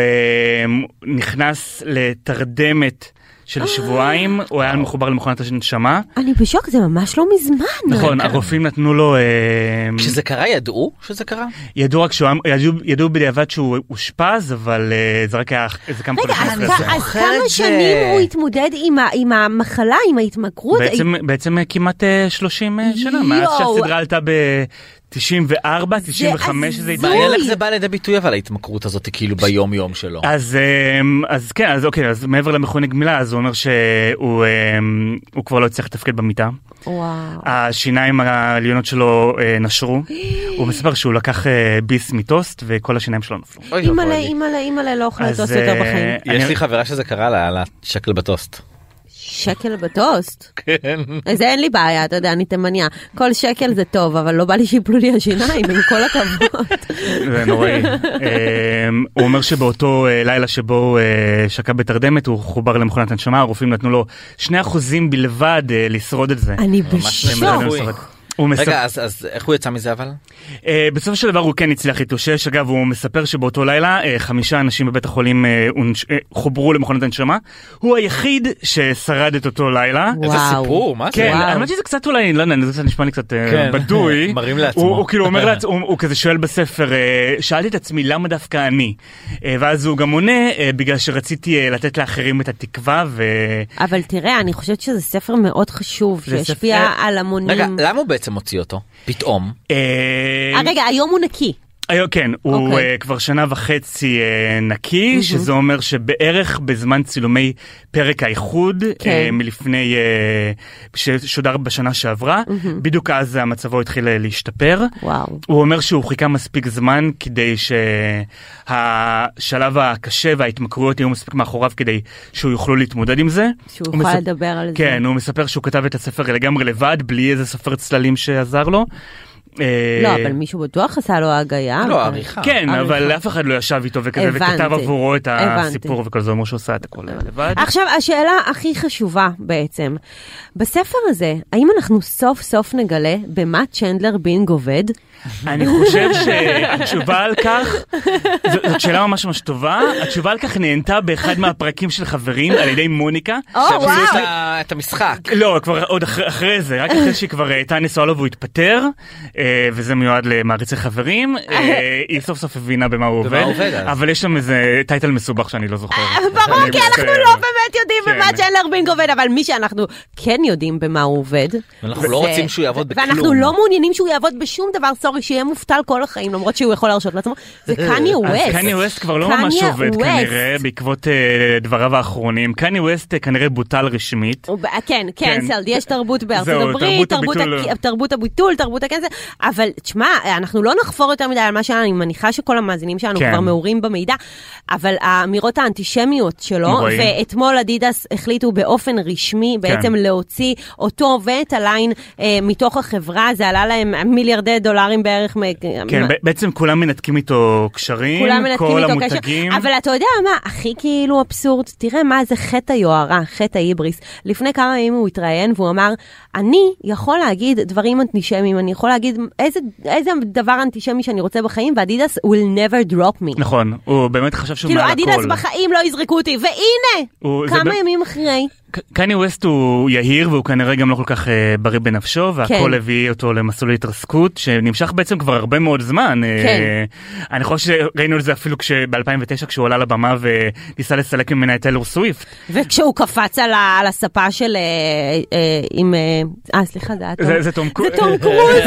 נכנס לתרדמת של שבועיים, הוא היה מחובר למכונת הנשמה. אני בשוק, זה ממש לא מזמן. נכון, הרופאים נתנו לו... כשזה קרה, ידעו שזה קרה? ידעו רק שהוא... ידעו בדיעבד שהוא אושפז, אבל זה רק היה איזה כמה חודשים. רגע, אז כמה שנים הוא התמודד עם המחלה, עם ההתמכרות? בעצם כמעט שלושים שנה, מאז שהסדרה עלתה ב... תשעים וארבע, תשעים וחמש, זה התמודד. מעניין איך זה בא לידי ביטוי אבל ההתמכרות הזאת כאילו ביום יום שלו. אז, אז כן, אז אוקיי, אז מעבר למכוני גמילה, אז הוא אומר שהוא הוא כבר לא הצליח לתפקד במיטה. וואו. השיניים העליונות שלו נשרו. הוא מספר שהוא לקח ביס מטוסט וכל השיניים שלו נפלו. אימאלה, אימאלה, אימאלה, לא אוכלה טוסט יותר בחיים. יש לי חברה שזה קרה לה, על השקל בטוסט. שקל בטוסט? כן. אז אין לי בעיה, אתה יודע, אני תמניה. כל שקל זה טוב, אבל לא בא לי שיפלו לי השיניים, עם כל הכבוד. זה נוראי. הוא אומר שבאותו לילה שבו שקע בתרדמת, הוא חובר למכונת הנשמה, הרופאים נתנו לו שני אחוזים בלבד לשרוד את זה. אני בשוק. רגע, אז איך הוא יצא מזה אבל? בסופו של דבר הוא כן הצליח להתאושש. אגב, הוא מספר שבאותו לילה חמישה אנשים בבית החולים חוברו למכונת הנשמה. הוא היחיד ששרד את אותו לילה. איזה סיפור, מה זה? כן, האמת שזה קצת אולי, לא יודע, זה נשמע לי קצת בדוי. מרים לעצמו. הוא כאילו אומר לעצמו, הוא כזה שואל בספר, שאלתי את עצמי למה דווקא אני? ואז הוא גם עונה, בגלל שרציתי לתת לאחרים את התקווה ו... אבל תראה, אני חושבת שזה ספר מאוד חשוב, שהשפיע על המונים. רגע, למה הוא בעצם מוציא אותו? פתאום. רגע, היום הוא נקי. היום כן, הוא כבר שנה וחצי נקי, שזה אומר שבערך בזמן צילומי פרק האיחוד, מלפני, ששודר בשנה שעברה, בדיוק אז המצבו התחיל להשתפר. הוא אומר שהוא חיכה מספיק זמן כדי שהשלב הקשה וההתמכרויות יהיו מספיק מאחוריו כדי שהוא יוכלו להתמודד עם זה. שהוא יוכל לדבר על זה. כן, הוא מספר שהוא כתב את הספר לגמרי לבד, בלי איזה סופר צללים שעזר לו. לא, אבל מישהו בטוח עשה לו הגיה. לא, עריכה. כן, אבל אף אחד לא ישב איתו וכזה וכתב עבורו את הסיפור וכל זה, אומר שהוא עושה את הכל לבד. עכשיו, השאלה הכי חשובה בעצם, בספר הזה, האם אנחנו סוף סוף נגלה במה צ'נדלר בינג עובד? אני חושב שהתשובה על כך, זאת שאלה ממש ממש טובה, התשובה על כך נהנתה באחד מהפרקים של חברים על ידי מוניקה. שעשו את המשחק. לא, כבר עוד אחרי זה, רק אחרי שהיא כבר הייתה נשואה לו והוא התפטר, וזה מיועד למעריצי חברים, היא סוף סוף הבינה במה הוא עובד, אבל יש שם איזה טייטל מסובך שאני לא זוכר. ברור, כי אנחנו לא באמת יודעים במה צ'נדלר בינג עובד, אבל מי שאנחנו כן יודעים במה הוא עובד. ואנחנו לא רוצים שהוא יעבוד בכלום. ואנחנו לא מעוניינים שהוא יעבוד בשום דבר, סורי, שיהיה מובטל כל החיים, למרות שהוא יכול להרשות לעצמו. זה קניה ווסט. אז קניה ווסט כבר לא ממש עובד כנראה, בעקבות דבריו האחרונים. קניה ווסט כנראה בוטל רשמית. כן, קנסלד, יש תרבות בארצות הברית, תרבות הביטול, תרבות הקנסל, אבל תשמע, אנחנו לא נחפור יותר מדי על מה שאני מניחה שכל המאזינים שלנו כבר מעורים במידע, אבל האמירות האנטישמיות שלו, ואתמול אדידס החליטו באופן רשמי בעצם להוציא אותו ואת הליין מתוך החברה, זה עלה להם מיליארדי דולרים בערך. כן, בעצם כולם מנתקים איתו קשרים, כל המותגים. אבל אתה יודע מה, הכי כאילו אבסורד, תראה מה זה חטא היוהרה, חטא ההיבריס. לפני כמה ימים הוא התראיין והוא אמר, אני יכול להגיד דברים אנטישמיים, אני יכול להגיד איזה, איזה דבר אנטישמי שאני רוצה בחיים, ואדידס will never drop me. נכון, הוא באמת חשב שהוא כאילו, מעל הכל. כאילו, אדידס בחיים לא יזרקו אותי, והנה, כמה ימים אחרי. קניה ווסט הוא יהיר והוא כנראה גם לא כל כך בריא בנפשו, והכל הביא אותו למסלול התרסקות שנמשך בעצם כבר הרבה מאוד זמן. אני חושב שראינו את זה אפילו ב-אלפיים ותשע כשהוא עלה לבמה וניסה לסלק ממנה את טיילור סוויפט. וכשהוא קפץ על הספה של... אה, סליחה, זה היה טוב. זה טום קרוז. זה טום קרוז.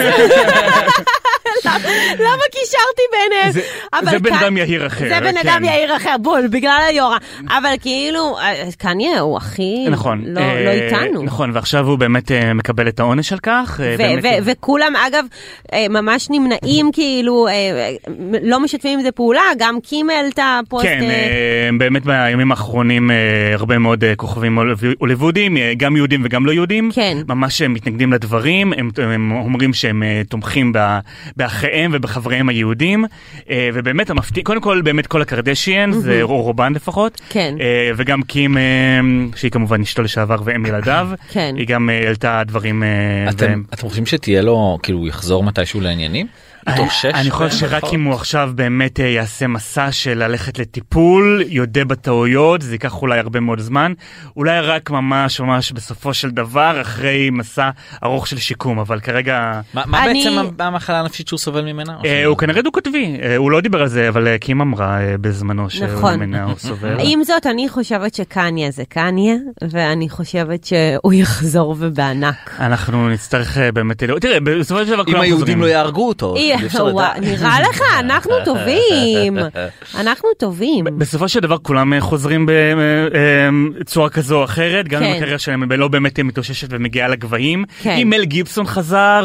למה קישרתי ביניהם? זה בן אדם יהיר אחר. זה בן אדם יהיר אחר, בול, בגלל היורה. אבל כאילו, קניה הוא הכי לא איתנו. נכון, ועכשיו הוא באמת מקבל את העונש על כך. וכולם, אגב, ממש נמנעים, כאילו, לא משתפים עם זה פעולה, גם קים העלתה פוסט... כן, באמת בימים האחרונים הרבה מאוד כוכבים הוליוודיים, גם יהודים וגם לא יהודים, ממש מתנגדים לדברים, הם אומרים שהם תומכים באחיהם ובחבריהם היהודים, ובאמת המפתיע, קודם כל באמת כל הקרדשיאן, זה רובן לפחות, וגם קים, שהיא כמובן אשתו לשעבר והם ילדיו, היא גם העלתה דברים... אתם חושבים שתהיה לו, כאילו הוא יחזור מתישהו לעניינים? אני חושב שרק אם הוא עכשיו באמת יעשה מסע של ללכת לטיפול, יודע בטעויות, זה ייקח אולי הרבה מאוד זמן, אולי רק ממש ממש בסופו של דבר, אחרי מסע ארוך של שיקום, אבל כרגע... מה בעצם המחלה הנפשית שהוא סובל ממנה? הוא כנראה דו-כתבי, הוא לא דיבר על זה, אבל קים אמרה בזמנו שהוא ממנה הוא סובל. עם זאת, אני חושבת שקניה זה קניה, ואני חושבת שהוא יחזור ובענק. אנחנו נצטרך באמת... תראה, בסופו של דבר אם היהודים לא יהרגו אותו... נראה לך, אנחנו טובים. אנחנו טובים. בסופו של דבר כולם חוזרים בצורה כזו או אחרת, גם אם הקריירה שלהם לא באמת מתאוששת ומגיעה לגבהים. אם מל גיבסון חזר,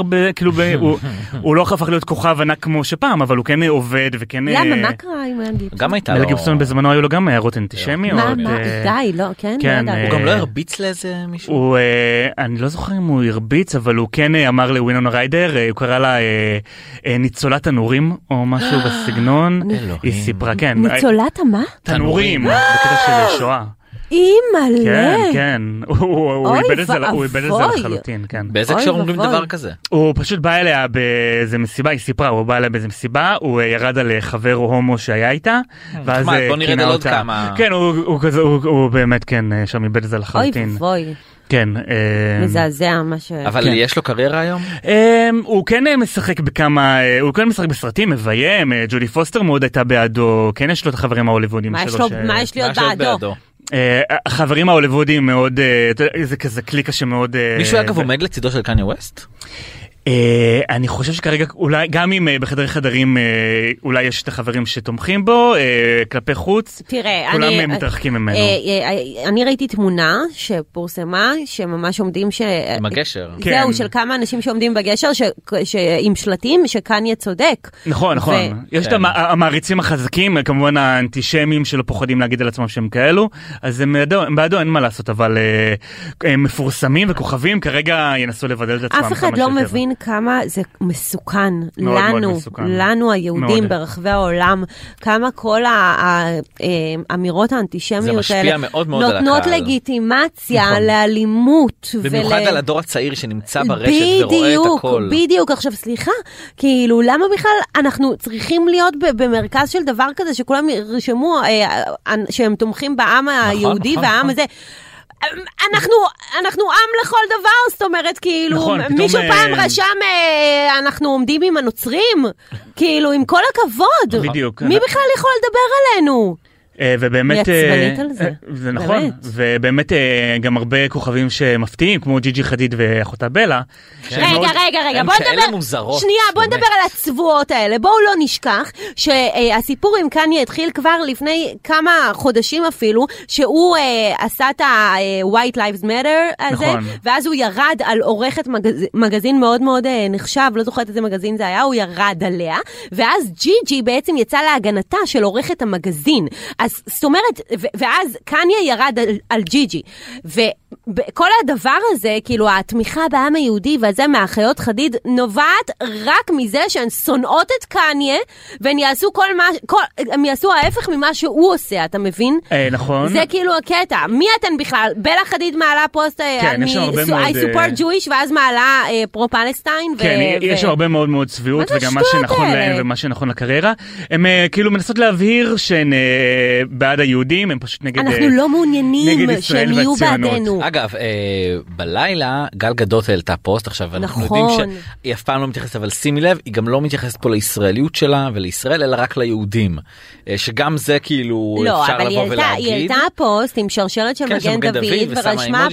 הוא לא הפך להיות כוכב ענק כמו שפעם, אבל הוא כן עובד וכן... למה? מה קרה עם מל גיבסון? גם הייתה לו... מל גיבסון בזמנו היו לו גם הערות אנטישמיות. מה? מה? די, לא, כן? הוא גם לא הרביץ לאיזה מישהו? אני לא זוכר אם הוא הרביץ, אבל הוא כן אמר לווינונה ריידר, הוא קרא לה... ניצולת תנורים או משהו בסגנון, היא סיפרה, כן. ניצולת מה? תנורים, בקטע של שואה. אימא'לה. כן, כן. הוא איבד את זה לחלוטין, כן. באיזה קשר אומרים דבר כזה? הוא פשוט בא אליה באיזה מסיבה, היא סיפרה, הוא בא אליה באיזה מסיבה, הוא ירד על חבר הומו שהיה איתה, ואז בוא נרד על עוד כמה... כן, הוא באמת, כן, שם איבד את זה לחלוטין. אוי ובוי. כן. מזעזע מה ש... אבל יש לו קריירה היום? הוא כן משחק בכמה, הוא כן משחק בסרטים, מביים, ג'ודי פוסטר מאוד הייתה בעדו, כן יש לו את החברים ההוליוודיים שלו. מה יש להיות בעדו? החברים ההוליוודיים מאוד, זה כזה קליקה שמאוד... מישהו אגב עומד לצידו של קניה ווסט? אני חושב שכרגע אולי גם אם בחדרי חדרים אולי יש את החברים שתומכים בו כלפי חוץ, כולם מתרחקים ממנו. אני ראיתי תמונה שפורסמה שממש עומדים עם הגשר. זהו, של כמה אנשים שעומדים בגשר עם שלטים שקניה צודק. נכון, נכון. יש את המעריצים החזקים, כמובן האנטישמים שלא פוחדים להגיד על עצמם שהם כאלו, אז הם בעדו, אין מה לעשות, אבל הם מפורסמים וכוכבים כרגע ינסו לבדל את עצמם. אף אחד לא מבין כמה זה מסוכן לנו, לנו היהודים ברחבי העולם, כמה כל האמירות האנטישמיות האלה נותנות לגיטימציה לאלימות. במיוחד על הדור הצעיר שנמצא ברשת ורואה את הכל. בדיוק, עכשיו סליחה, כאילו למה בכלל אנחנו צריכים להיות במרכז של דבר כזה שכולם ירשמו שהם תומכים בעם היהודי והעם הזה. אנחנו, אנחנו עם לכל דבר, זאת אומרת, כאילו, נכון, מישהו פתאום, פעם רשם, אה, אנחנו עומדים עם הנוצרים, כאילו, עם כל הכבוד. בדיוק. מי בכלל יכול לדבר עלינו? ובאמת, יצבנית על זה. זה נכון, ובאמת גם הרבה כוכבים שמפתיעים, כמו ג'יג'י חדיד ואחותה בלה. רגע, רגע, רגע, בוא נדבר, שנייה, בוא נדבר על הצבועות האלה. בואו לא נשכח שהסיפור עם קניה התחיל כבר לפני כמה חודשים אפילו, שהוא עשה את ה-White Lives Matter הזה, ואז הוא ירד על עורכת מגזין מאוד מאוד נחשב, לא זוכרת איזה מגזין זה היה, הוא ירד עליה, ואז ג'יג'י בעצם יצא להגנתה של עורכת המגזין. אז זאת אומרת, ואז קניה ירד על, על ג'יג'י, וכל הדבר הזה, כאילו התמיכה בעם היהודי והזה מהאחיות חדיד, נובעת רק מזה שהן שונאות את קניה, והן יעשו כל מה, כל, הם יעשו ההפך ממה שהוא עושה, אתה מבין? אה, נכון. זה כאילו הקטע. מי אתן בכלל? בלה חדיד מעלה פוסט, כן, יש הרבה מאוד... I support Jewish, ואז מעלה פרו-פלסטיין. כן, ו- יש ו- הרבה מאוד מאוד צביעות, וגם מה שנכון להם ומה שנכון לקריירה. הם כאילו מנסות להבהיר שהן... בעד היהודים, הם פשוט נגד אנחנו לא מעוניינים שהם יהיו בעדנו. אגב, בלילה גל גדות העלתה פוסט, עכשיו אנחנו יודעים שהיא אף פעם לא מתייחסת, אבל שימי לב, היא גם לא מתייחסת פה לישראליות שלה ולישראל, אלא רק ליהודים. שגם זה כאילו אפשר לבוא ולהגיד. לא, אבל היא העלתה פוסט עם שרשרת של מגן דוד, ורשמה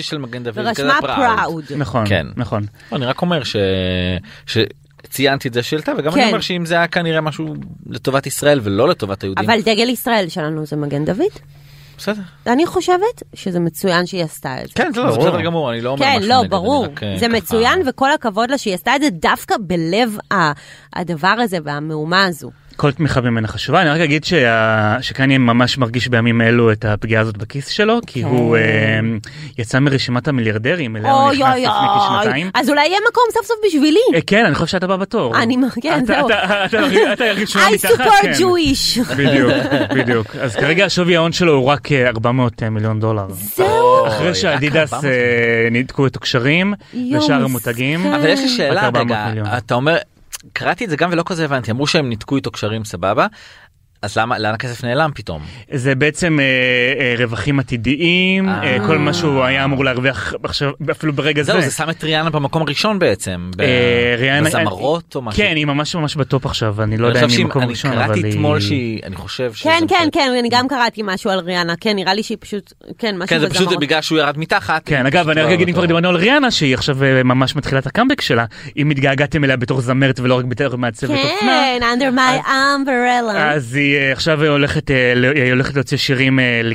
פראוד. נכון, נכון. אני רק אומר ש... ציינתי את זה שאלתה, וגם אני אומר שאם זה היה כנראה משהו לטובת ישראל ולא לטובת היהודים. אבל דגל ישראל שלנו זה מגן דוד? בסדר. אני חושבת שזה מצוין שהיא עשתה את זה. כן, זה בסדר גמור, אני לא אומר משהו נגד. כן, לא, ברור. זה מצוין וכל הכבוד לה שהיא עשתה את זה דווקא בלב הדבר הזה והמהומה הזו. כל תמיכה ממנה חשובה. אני רק אגיד שקניה ממש מרגיש בימים אלו את הפגיעה הזאת בכיס שלו, כי הוא יצא מרשימת המיליארדרים, אליה הוא נכנס לפני כשנתיים. אז אולי יהיה מקום סוף סוף בשבילי. כן, אני חושב שאתה בא בתור. אני, כן, זהו. אתה ראשונה I מתחת. support Jewish. בדיוק, בדיוק. אז כרגע השווי ההון שלו הוא רק ארבע מאות מיליון דולר. זהו. אחרי שהאדידס ניתקו את הקשרים ושאר המותגים. אבל יש לי שאלה, רגע, אתה אומר, קראתי את זה גם ולא כזה הבנתי, אמרו שהם ניתקו איתו קשרים סבבה, אז למה, לאן הכסף נעלם פתאום? זה בעצם אה, אה, רווחים עתידיים, אה, כל מה שהוא היה אמור להרוויח עכשיו, אפילו ברגע זהו, זה. זה שם את ריאנה במקום ראשון בעצם, ב... אה, ריאנה, בזמרות או משהו. כן, היא ממש ממש בטופ עכשיו, אני לא יודע אם היא מקום ראשון, אבל היא... אני קראתי אתמול שהיא, אני חושב שזה... כן, כן, כן, אני גם קראתי משהו על ריאנה, כן, נראה לי שהיא פשוט, כן, משהו בזמרות. כן, זה פשוט בגלל שהוא ירד מתחת. כן, אגב, אני רק אגיד אם כבר דיברנו על ריאנה, שהיא עכשיו ממש מתחילה את הקאמבק שלה, אם מתגעגעתם אליה בתור זמרת ולא רק בתור מעצבת אופנה. כן, under my umbrella. אז היא עכשיו הולכת היא הולכת להוציא שירים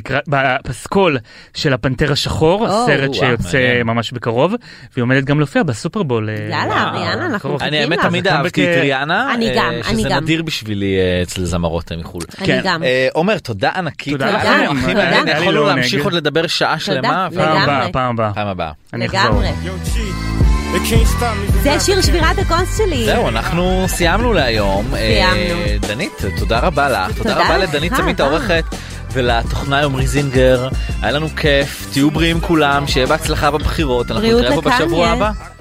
בפסקול של הפנתר השחור, הסרט שיוצא ממש בקרוב, והיא עומדת גם להופיע בסופרבול. יאללה, ריאנה, אנחנו מחכים לה. אני האמת תמיד אהבתי את ריאנה, אני גם, אני גם. שזה נדיר בשבילי אצל זמרות מחול. אני גם. עומר, תודה ענקית. תודה. יכולנו להמשיך עוד לדבר שעה שלמה. פעם הבאה, פעם הבאה. פעם הבאה. לגמרי. זה שיר שבירת הכוס שלי. זהו, אנחנו סיימנו להיום. סיימנו. דנית, תודה רבה לך. תודה רבה לדנית צמית העורכת ולתוכנה עמרי זינגר. היה לנו כיף, תהיו בריאים כולם, שיהיה בהצלחה בבחירות. אנחנו נתראה פה בשבוע הבא.